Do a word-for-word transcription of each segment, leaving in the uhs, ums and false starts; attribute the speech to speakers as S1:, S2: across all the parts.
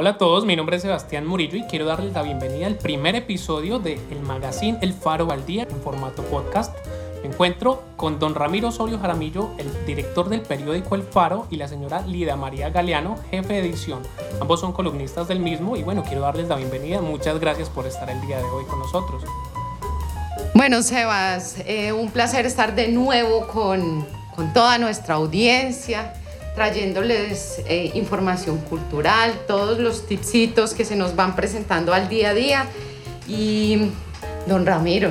S1: Hola a todos, mi nombre es Sebastián Murillo y quiero darles la bienvenida al primer episodio de el magazine El Faro al Día en formato podcast. Me encuentro con don Ramiro Osorio Jaramillo, el director del periódico El Faro, y la señora Lida María Galeano, jefe de edición. Ambos son columnistas del mismo y bueno, quiero darles la bienvenida. Muchas gracias por estar el día de hoy con nosotros.
S2: Bueno, Sebas, eh, un placer estar de nuevo con, con toda nuestra audiencia, trayéndoles eh, información cultural, todos los tipsitos que se nos van presentando al día a día. Y don Ramiro,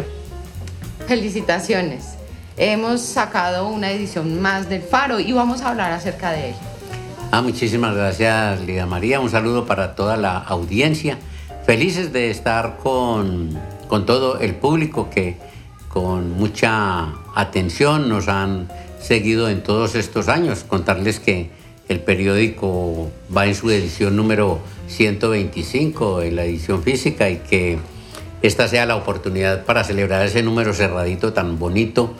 S2: felicitaciones. Hemos sacado una edición más del Faro y vamos a hablar acerca de él.
S3: Ah, muchísimas gracias, Lida María. Un saludo para toda la audiencia. Felices de estar con, con todo el público que con mucha atención nos han seguido en todos estos años. Contarles que el periódico va en su edición número ciento veinticinco, en la edición física, y que esta sea la oportunidad para celebrar ese número cerradito tan bonito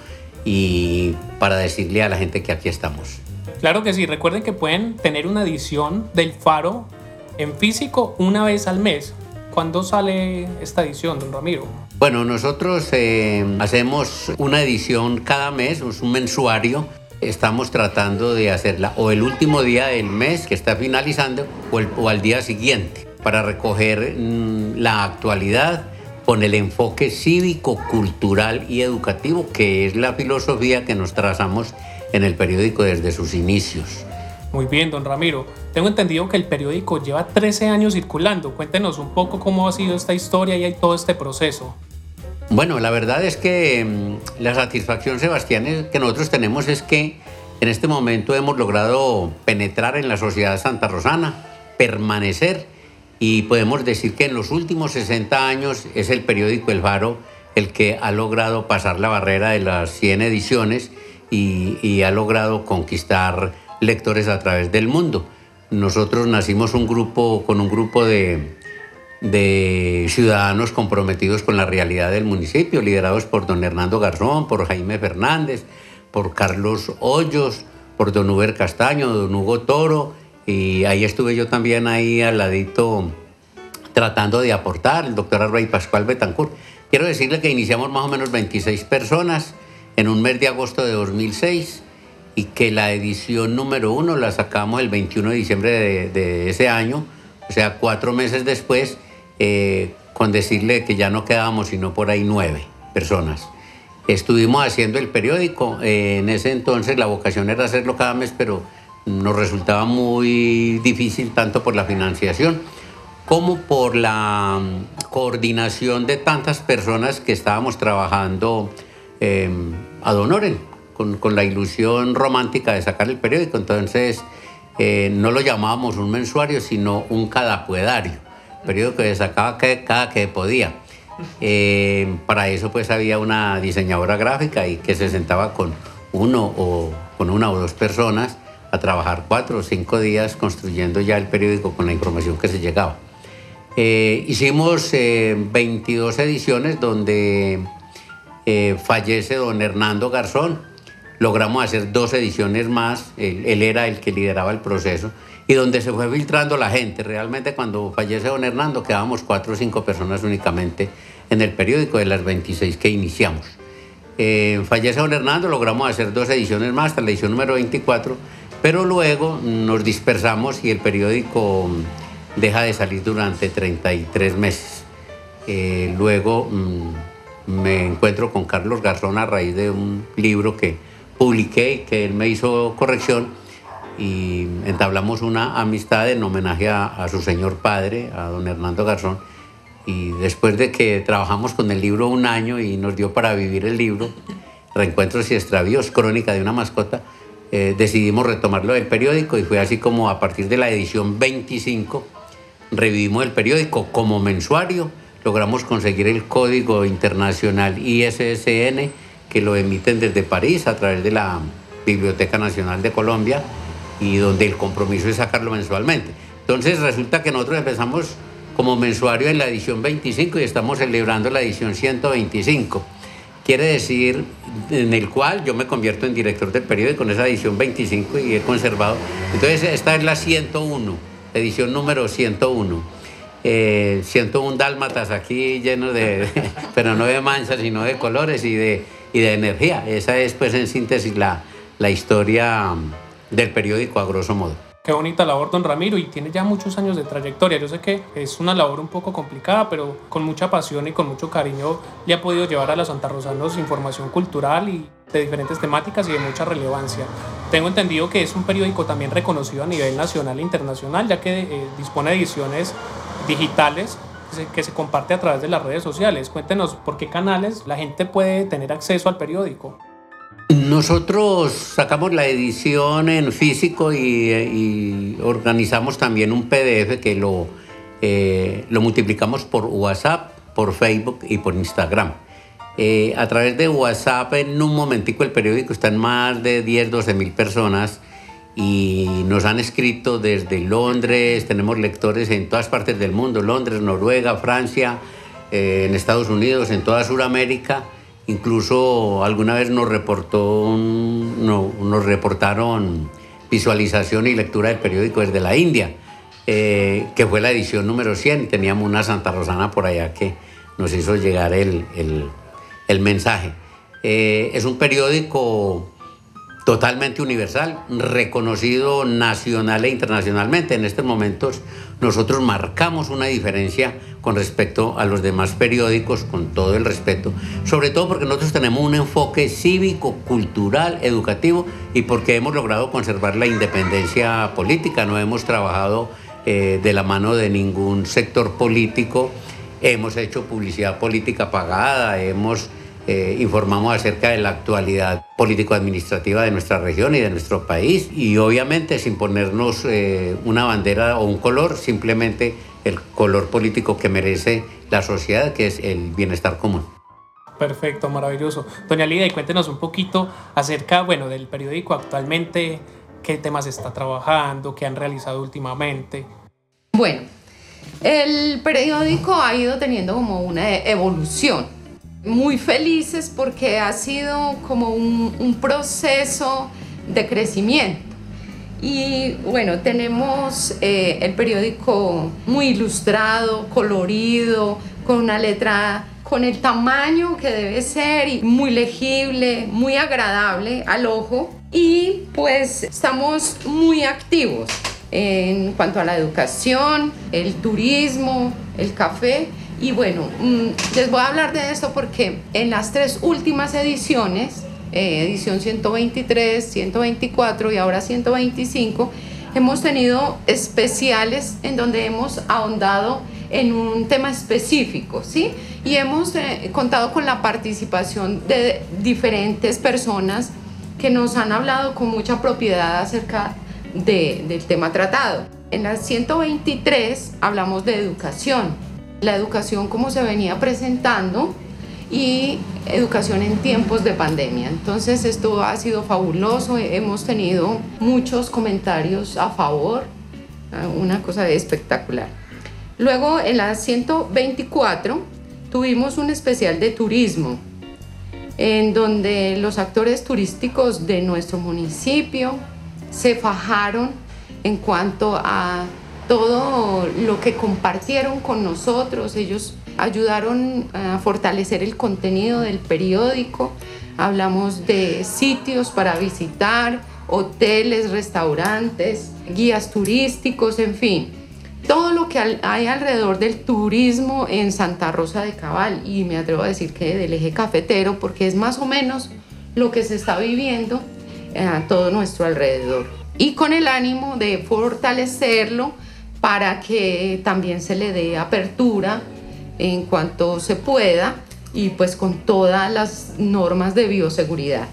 S3: y para decirle a la gente que aquí estamos.
S1: Claro que sí, recuerden que pueden tener una edición del Faro en físico una vez al mes. ¿Cuándo sale esta edición, don Ramiro?
S3: Bueno, nosotros eh, hacemos una edición cada mes, es un mensuario. Estamos tratando de hacerla o el último día del mes que está finalizando o, el, o al día siguiente para recoger mmm, la actualidad con el enfoque cívico, cultural y educativo, que es la filosofía que nos trazamos en el periódico desde sus inicios.
S1: Muy bien, don Ramiro. Tengo entendido que el periódico lleva trece años circulando. Cuéntenos un poco cómo ha sido esta historia y todo este proceso.
S3: Bueno, la verdad es que mmm, la satisfacción, Sebastián, que nosotros tenemos es que en este momento hemos logrado penetrar en la sociedad santarrosana, permanecer, y podemos decir que en los últimos sesenta años es el periódico El Faro el que ha logrado pasar la barrera de las cien ediciones y, y ha logrado conquistar lectores a través del mundo. Nosotros nacimos un grupo, con un grupo de, de ciudadanos comprometidos con la realidad del municipio, liderados por don Hernando Garzón, por Jaime Fernández, por Carlos Hoyos, por don Uber Castaño, don Hugo Toro, y ahí estuve yo también ahí al ladito tratando de aportar, el doctor Arbey Pascual Betancourt. Quiero decirle que iniciamos más o menos veintiséis personas en un mes de agosto de dos mil seis y que la edición número uno la sacamos el veintiuno de diciembre de, de ese año, o sea, cuatro meses después, eh, con decirle que ya no quedábamos sino por ahí nueve personas. Estuvimos haciendo el periódico, eh, en ese entonces la vocación era hacerlo cada mes, pero nos resultaba muy difícil tanto por la financiación como por la coordinación de tantas personas que estábamos trabajando eh, ad honorem, con, con la ilusión romántica de sacar el periódico. Entonces eh, no lo llamábamos un mensuario, sino un cadapuedario, periódico que sacaba que, cada que podía. Eh, para eso pues había una diseñadora gráfica y que se sentaba con uno o con una o dos personas a trabajar cuatro o cinco días construyendo ya el periódico con la información que se llegaba. Eh, hicimos eh, veintidós ediciones donde eh, fallece don Hernando Garzón. Logramos hacer dos ediciones más, él, él era el que lideraba el proceso, y donde se fue filtrando la gente. Realmente cuando fallece don Hernando quedábamos cuatro o cinco personas únicamente en el periódico de las veintiséis que iniciamos. Eh, fallece don Hernando, logramos hacer dos ediciones más hasta la edición número veinticuatro, pero luego nos dispersamos y el periódico deja de salir durante treinta y tres meses. Eh, luego mmm, me encuentro con Carlos Garzón a raíz de un libro que publiqué y que él me hizo corrección, y entablamos una amistad en homenaje a, a su señor padre, a don Hernando Garzón, y después de que trabajamos con el libro un año y nos dio para vivir el libro, Reencuentros y extravíos, crónica de una mascota, Eh, decidimos retomarlo del periódico, y fue así como a partir de la edición veinticinco revivimos el periódico como mensuario. Logramos conseguir el código internacional I S S N, que lo emiten desde París a través de la Biblioteca Nacional de Colombia, y donde el compromiso es sacarlo mensualmente. Entonces resulta que nosotros empezamos como mensuario en la edición veinticinco y estamos celebrando la edición ciento veinticinco. Quiere decir, en el cual yo me convierto en director del periódico con esa edición veinticinco y he conservado. Entonces esta es la ciento uno edición número ciento uno. Eh, ciento uno dálmatas aquí llenos de, pero no de manchas, sino de colores y de, y de energía. Esa es, pues, en síntesis, la, la historia del periódico a grosso modo.
S1: Qué bonita labor, don Ramiro, y tiene ya muchos años de trayectoria. Yo sé que es una labor un poco complicada, pero con mucha pasión y con mucho cariño le ha podido llevar a los santarrosanos información cultural y de diferentes temáticas y de mucha relevancia. Tengo entendido que es un periódico también reconocido a nivel nacional e internacional, ya que eh, dispone de ediciones digitales que se, que se comparte a través de las redes sociales. Cuéntenos por qué canales la gente puede tener acceso al periódico.
S3: Nosotros sacamos la edición en físico y, y organizamos también un P D F que lo, eh, lo multiplicamos por WhatsApp, por Facebook y por Instagram. Eh, a través de WhatsApp, en un momentico, el periódico está en más de diez, doce mil personas y nos han escrito desde Londres. Tenemos lectores en todas partes del mundo: Londres, Noruega, Francia, eh, en Estados Unidos, en toda Sudamérica. Incluso alguna vez nos reportó un, no, nos reportaron visualización y lectura del periódico desde la India, eh, que fue la edición número cien. Teníamos una santarrosana por allá que nos hizo llegar el, el, el mensaje. Eh, es un periódico totalmente universal, reconocido nacional e internacionalmente. En estos momentos nosotros marcamos una diferencia con respecto a los demás periódicos, con todo el respeto, sobre todo porque nosotros tenemos un enfoque cívico, cultural, educativo, y porque hemos logrado conservar la independencia política. No hemos trabajado eh, de la mano de ningún sector político, hemos hecho publicidad política pagada, hemos Eh, informamos acerca de la actualidad político-administrativa de nuestra región y de nuestro país, y obviamente sin ponernos eh, una bandera o un color, simplemente el color político que merece la sociedad, que es el bienestar común.
S1: Perfecto, maravilloso. Doña Lidia, y cuéntenos un poquito acerca, bueno, del periódico actualmente, qué temas está trabajando, qué han realizado últimamente.
S2: Bueno, el periódico ha ido teniendo como una evolución. Muy felices porque ha sido como un, un proceso de crecimiento. Y bueno, tenemos eh, el periódico muy ilustrado, colorido, con una letra con el tamaño que debe ser y muy legible, muy agradable al ojo. Y pues estamos muy activos en cuanto a la educación, el turismo, el café. Y bueno, les voy a hablar de esto porque en las tres últimas ediciones, eh, edición ciento veintitrés, ciento veinticuatro y ahora ciento veinticinco, hemos tenido especiales en donde hemos ahondado en un tema específico, ¿sí? Y hemos eh, contado con la participación de diferentes personas que nos han hablado con mucha propiedad acerca de, del tema tratado. En la ciento veintitrés hablamos de educación. La educación como se venía presentando y educación en tiempos de pandemia. Entonces esto ha sido fabuloso, hemos tenido muchos comentarios a favor, una cosa espectacular. Luego en la ciento veinticuatro tuvimos un especial de turismo, en donde los actores turísticos de nuestro municipio se fajaron en cuanto a todo lo que compartieron con nosotros. Ellos ayudaron a fortalecer el contenido del periódico. Hablamos de sitios para visitar, hoteles, restaurantes, guías turísticos, en fin, todo lo que hay alrededor del turismo en Santa Rosa de Cabal, y me atrevo a decir que del eje cafetero, porque es más o menos lo que se está viviendo a todo nuestro alrededor, y con el ánimo de fortalecerlo para que también se le dé apertura en cuanto se pueda y pues con todas las normas de bioseguridad.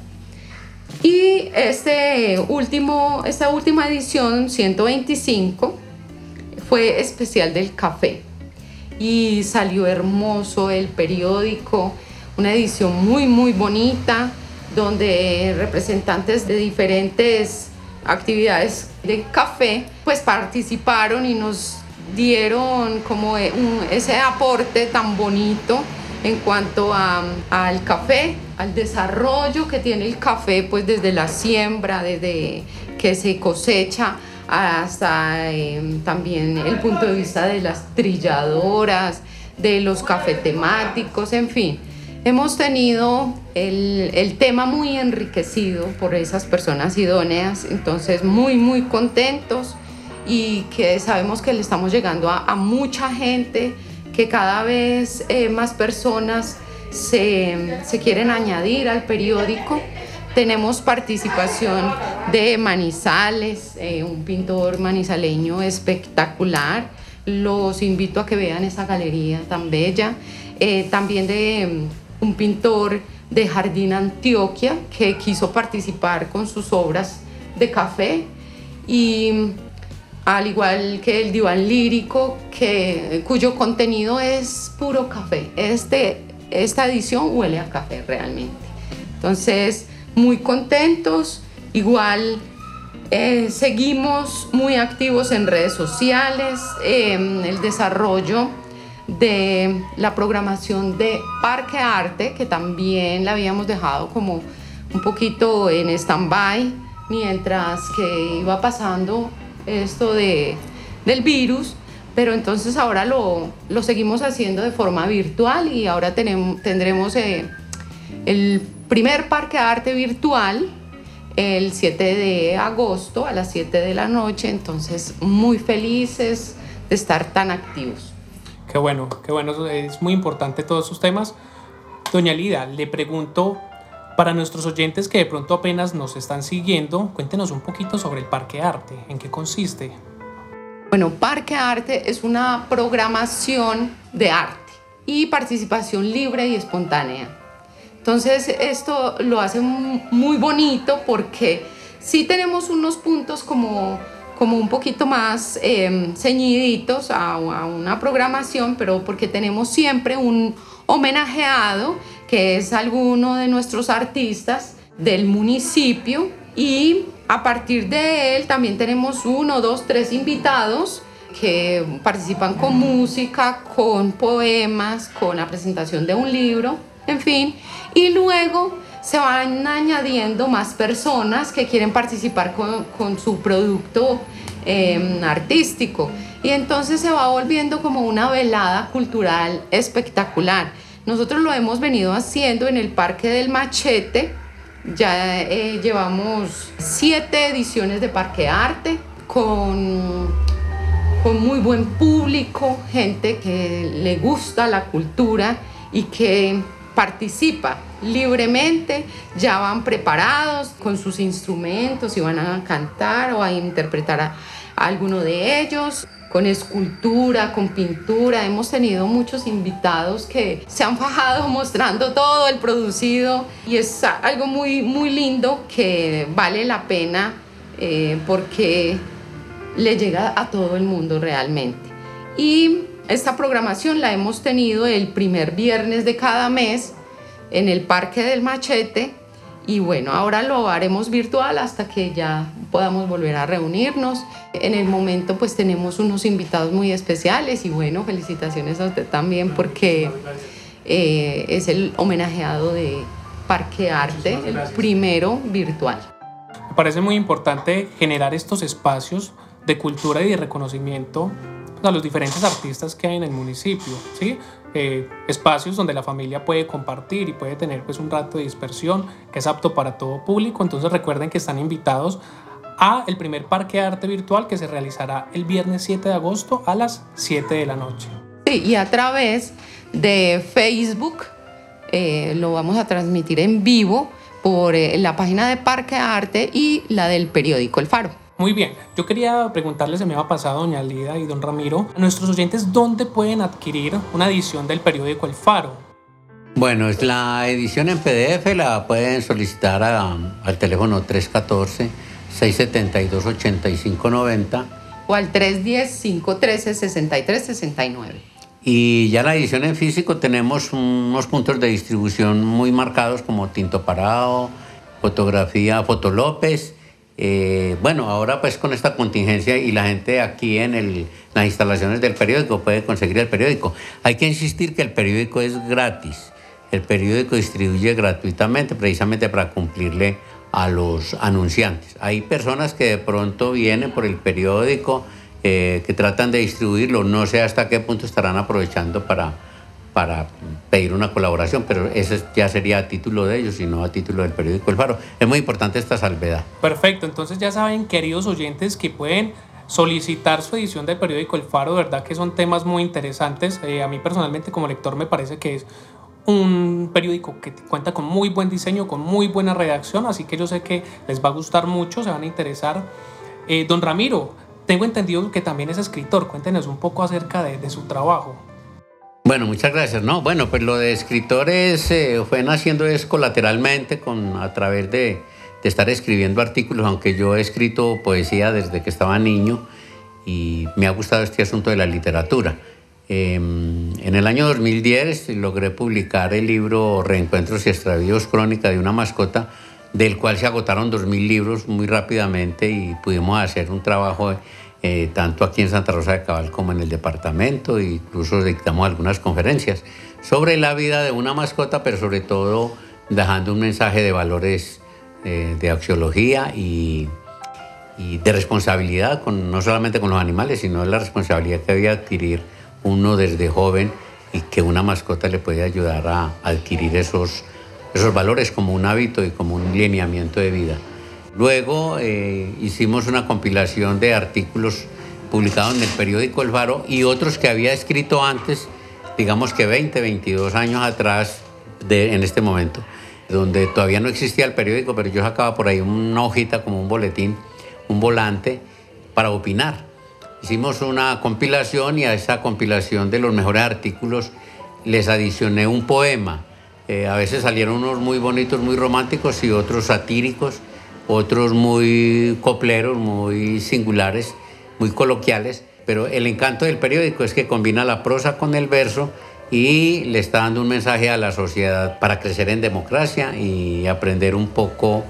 S2: Y este último, esta última edición, ciento veinticinco, fue especial del café y salió hermoso el periódico, una edición muy muy bonita donde representantes de diferentes actividades de café pues participaron y nos dieron como un, ese aporte tan bonito en cuanto a, al café, al desarrollo que tiene el café pues desde la siembra, desde que se cosecha hasta eh, también el punto de vista de las trilladoras, de los cafetemáticos, en fin. Hemos tenido el, el tema muy enriquecido por esas personas idóneas, entonces muy, muy contentos y que sabemos que le estamos llegando a, a mucha gente, que cada vez eh, más personas se, se quieren añadir al periódico. Tenemos participación de Manizales, eh, un pintor manizaleño espectacular. Los invito a que vean esa galería tan bella. Eh, también de um, un pintor de Jardín Antioquia que quiso participar con sus obras de café. Y al igual que el diván lírico, que, cuyo contenido es puro café. Este, esta edición huele a café realmente. Entonces, muy contentos. Igual eh, seguimos muy activos en redes sociales, eh, el desarrollo de la programación de Parque Arte, que también la habíamos dejado como un poquito en stand-by mientras que iba pasando esto de, del virus, pero entonces ahora lo, lo seguimos haciendo de forma virtual y ahora tenemos, tendremos eh, el primer Parque Arte virtual el siete de agosto a las siete de la noche, entonces muy felices de estar tan activos.
S1: Qué bueno, qué bueno, es muy importante todos esos temas. Doña Lida, le pregunto, para nuestros oyentes que de pronto apenas nos están siguiendo, cuéntenos un poquito sobre el Parque Arte, ¿en qué consiste?
S2: Bueno, Parque Arte es una programación de arte y participación libre y espontánea. Entonces esto lo hace muy bonito porque sí tenemos unos puntos como, como un poquito más eh, ceñiditos a, a una programación, pero porque tenemos siempre un homenajeado que es alguno de nuestros artistas del municipio, y a partir de él también tenemos uno, dos, tres invitados que participan con música, con poemas, con la presentación de un libro, en fin, y luego se van añadiendo más personas que quieren participar con, con su producto eh, artístico, y entonces se va volviendo como una velada cultural espectacular. Nosotros lo hemos venido haciendo en el Parque del Machete. Ya eh, llevamos siete ediciones de Parque Arte con, con muy buen público, gente que le gusta la cultura y que participa libremente. Ya van preparados con sus instrumentos y van a cantar o a interpretar a, a alguno de ellos, con escultura, con pintura. Hemos tenido muchos invitados que se han fajado mostrando todo el producido y es algo muy, muy lindo que vale la pena eh, porque le llega a todo el mundo realmente. Y esta programación la hemos tenido el primer viernes de cada mes en el Parque del Machete, y bueno, ahora lo haremos virtual hasta que ya podamos volver a reunirnos. En el momento pues tenemos unos invitados muy especiales y bueno, felicitaciones a usted también porque eh, es el homenajeado de Parque Arte, el primero virtual.
S1: Me parece muy importante generar estos espacios de cultura y de reconocimiento a los diferentes artistas que hay en el municipio, ¿sí? Eh, espacios donde la familia puede compartir y puede tener pues un rato de dispersión que es apto para todo público. Entonces recuerden que están invitados a el primer Parque Arte virtual que se realizará el viernes siete de agosto a las siete de la noche.
S2: Sí, y a través de Facebook eh, lo vamos a transmitir en vivo por eh, la página de Parque Arte y la del periódico El Faro.
S1: Muy bien, yo quería preguntarles, se me ha pasado doña Lida y don Ramiro, a nuestros oyentes, ¿dónde pueden adquirir una edición del periódico El Faro?
S3: Bueno, es la edición en P D F la pueden solicitar a, al teléfono tres uno cuatro, seis siete dos, ocho cinco nueve cero
S2: o al tres uno cero, cinco uno tres, seis tres seis nueve.
S3: Y ya la edición en físico tenemos unos puntos de distribución muy marcados como Tinto Parado, Fotografía Foto López. Eh, bueno, ahora pues con esta contingencia y la gente aquí en el, las instalaciones del periódico puede conseguir el periódico. Hay que insistir que el periódico es gratis. El periódico distribuye gratuitamente precisamente para cumplirle a los anunciantes. Hay personas que de pronto vienen por el periódico, eh, que tratan de distribuirlo, no sé hasta qué punto estarán aprovechando para, para pedir una colaboración, pero ese ya sería a título de ellos y no a título del periódico El Faro. Es muy importante esta salvedad.
S1: Perfecto, entonces ya saben, queridos oyentes, que pueden solicitar su edición del periódico El Faro. De verdad que son temas muy interesantes. Eh, a mí personalmente como lector me parece que es un periódico que cuenta con muy buen diseño, con muy buena redacción, así que yo sé que les va a gustar mucho, se van a interesar. Eh, don Ramiro, tengo entendido que también es escritor. Cuéntenos un poco acerca de, de su trabajo.
S3: Bueno, muchas gracias. No, bueno, pues lo de escritores eh, fue naciendo es colateralmente con, a través de, de estar escribiendo artículos, aunque yo he escrito poesía desde que estaba niño y me ha gustado este asunto de la literatura. Eh, en el año dos mil diez logré publicar el libro Reencuentros y extravíos, crónica de una mascota, del cual se agotaron dos mil libros muy rápidamente y pudimos hacer un trabajo eh, tanto aquí en Santa Rosa de Cabal como en el departamento, e incluso dictamos algunas conferencias sobre la vida de una mascota, pero sobre todo dejando un mensaje de valores eh, de axiología y, y de responsabilidad, con, no solamente con los animales, sino la responsabilidad que había adquirir uno desde joven y que una mascota le puede ayudar a adquirir esos, esos valores como un hábito y como un lineamiento de vida. Luego eh, hicimos una compilación de artículos publicados en el periódico El Faro y otros que había escrito antes, digamos que veinte, veintidós años atrás de, en este momento, donde todavía no existía el periódico, pero yo sacaba por ahí una hojita como un boletín, un volante para opinar. Hicimos una compilación y a esa compilación de los mejores artículos les adicioné un poema. Eh, a veces salieron unos muy bonitos, muy románticos y otros satíricos, otros muy copleros, muy singulares, muy coloquiales. Pero el encanto del periódico es que combina la prosa con el verso y le está dando un mensaje a la sociedad para crecer en democracia y aprender un poco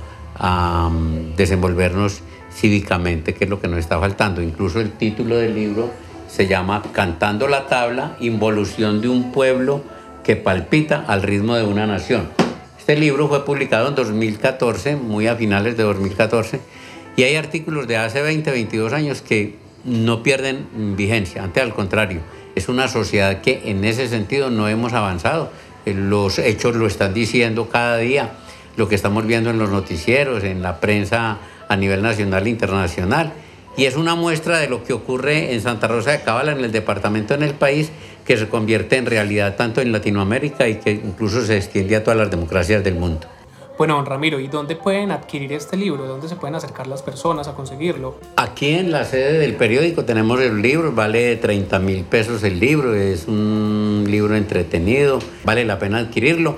S3: a um, desenvolvernos cívicamente, que es lo que nos está faltando. Incluso el título del libro se llama Cantando la tabla, involución de un pueblo que palpita al ritmo de una nación. Este libro fue publicado en dos mil catorce, muy a finales de dos mil catorce, y hay artículos de hace veinte, veintidós años que no pierden vigencia, antes al contrario, es una sociedad que en ese sentido no hemos avanzado. Los hechos lo están diciendo cada día, lo que estamos viendo en los noticieros, en la prensa a nivel nacional e internacional, y es una muestra de lo que ocurre en Santa Rosa de Cabal, en el departamento, en el país, que se convierte en realidad tanto en Latinoamérica y que incluso se extiende a todas las democracias del mundo.
S1: Bueno, don Ramiro, ¿y dónde pueden adquirir este libro? ¿Dónde se pueden acercar las personas a conseguirlo?
S3: Aquí en la sede del periódico tenemos el libro, vale treinta mil pesos el libro, es un libro entretenido, vale la pena adquirirlo.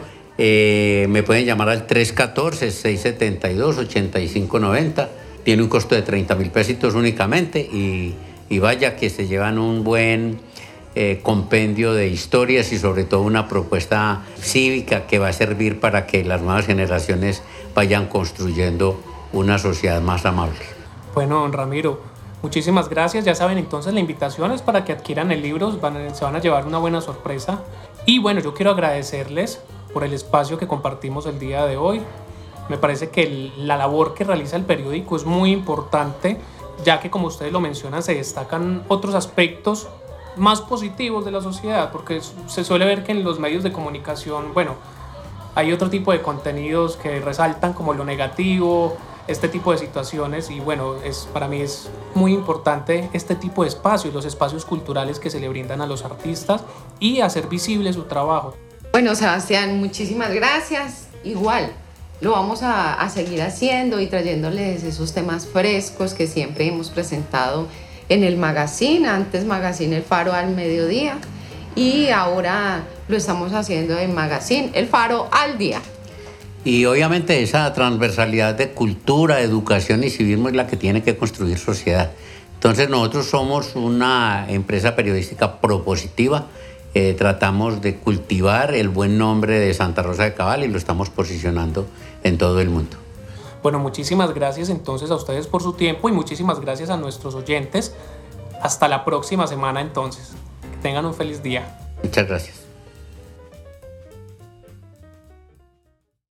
S3: Eh, me pueden llamar al tres uno cuatro, seis siete dos, ocho cinco nueve cero. Tiene un costo de treinta mil pesitos únicamente y, y vaya que se llevan un buen eh, compendio de historias y sobre todo una propuesta cívica que va a servir para que las nuevas generaciones vayan construyendo una sociedad más amable.
S1: Bueno, don Ramiro, muchísimas gracias. Ya saben, entonces la invitación es para que adquieran el libro, van, se van a llevar una buena sorpresa. Y bueno, yo quiero agradecerles por el espacio que compartimos el día de hoy. Me parece que el, la labor que realiza el periódico es muy importante, ya que, como ustedes lo mencionan, se destacan otros aspectos más positivos de la sociedad, porque se suele ver que en los medios de comunicación, bueno, hay otro tipo de contenidos que resaltan como lo negativo, este tipo de situaciones, y bueno, es, para mí es muy importante este tipo de espacios, los espacios culturales que se le brindan a los artistas y hacer visible su trabajo.
S2: Bueno, Sebastián, muchísimas gracias. Igual, lo vamos a, a seguir haciendo y trayéndoles esos temas frescos que siempre hemos presentado en el magazine, antes Magazine El Faro al mediodía, y ahora lo estamos haciendo en Magazine El Faro al día.
S3: Y obviamente esa transversalidad de cultura, educación y civismo es la que tiene que construir sociedad. Entonces nosotros somos una empresa periodística propositiva, eh, tratamos de cultivar el buen nombre de Santa Rosa de Cabal y lo estamos posicionando en todo el mundo.
S1: Bueno, muchísimas gracias entonces a ustedes por su tiempo y muchísimas gracias a nuestros oyentes. Hasta la próxima semana entonces. Que tengan un feliz día.
S3: Muchas gracias.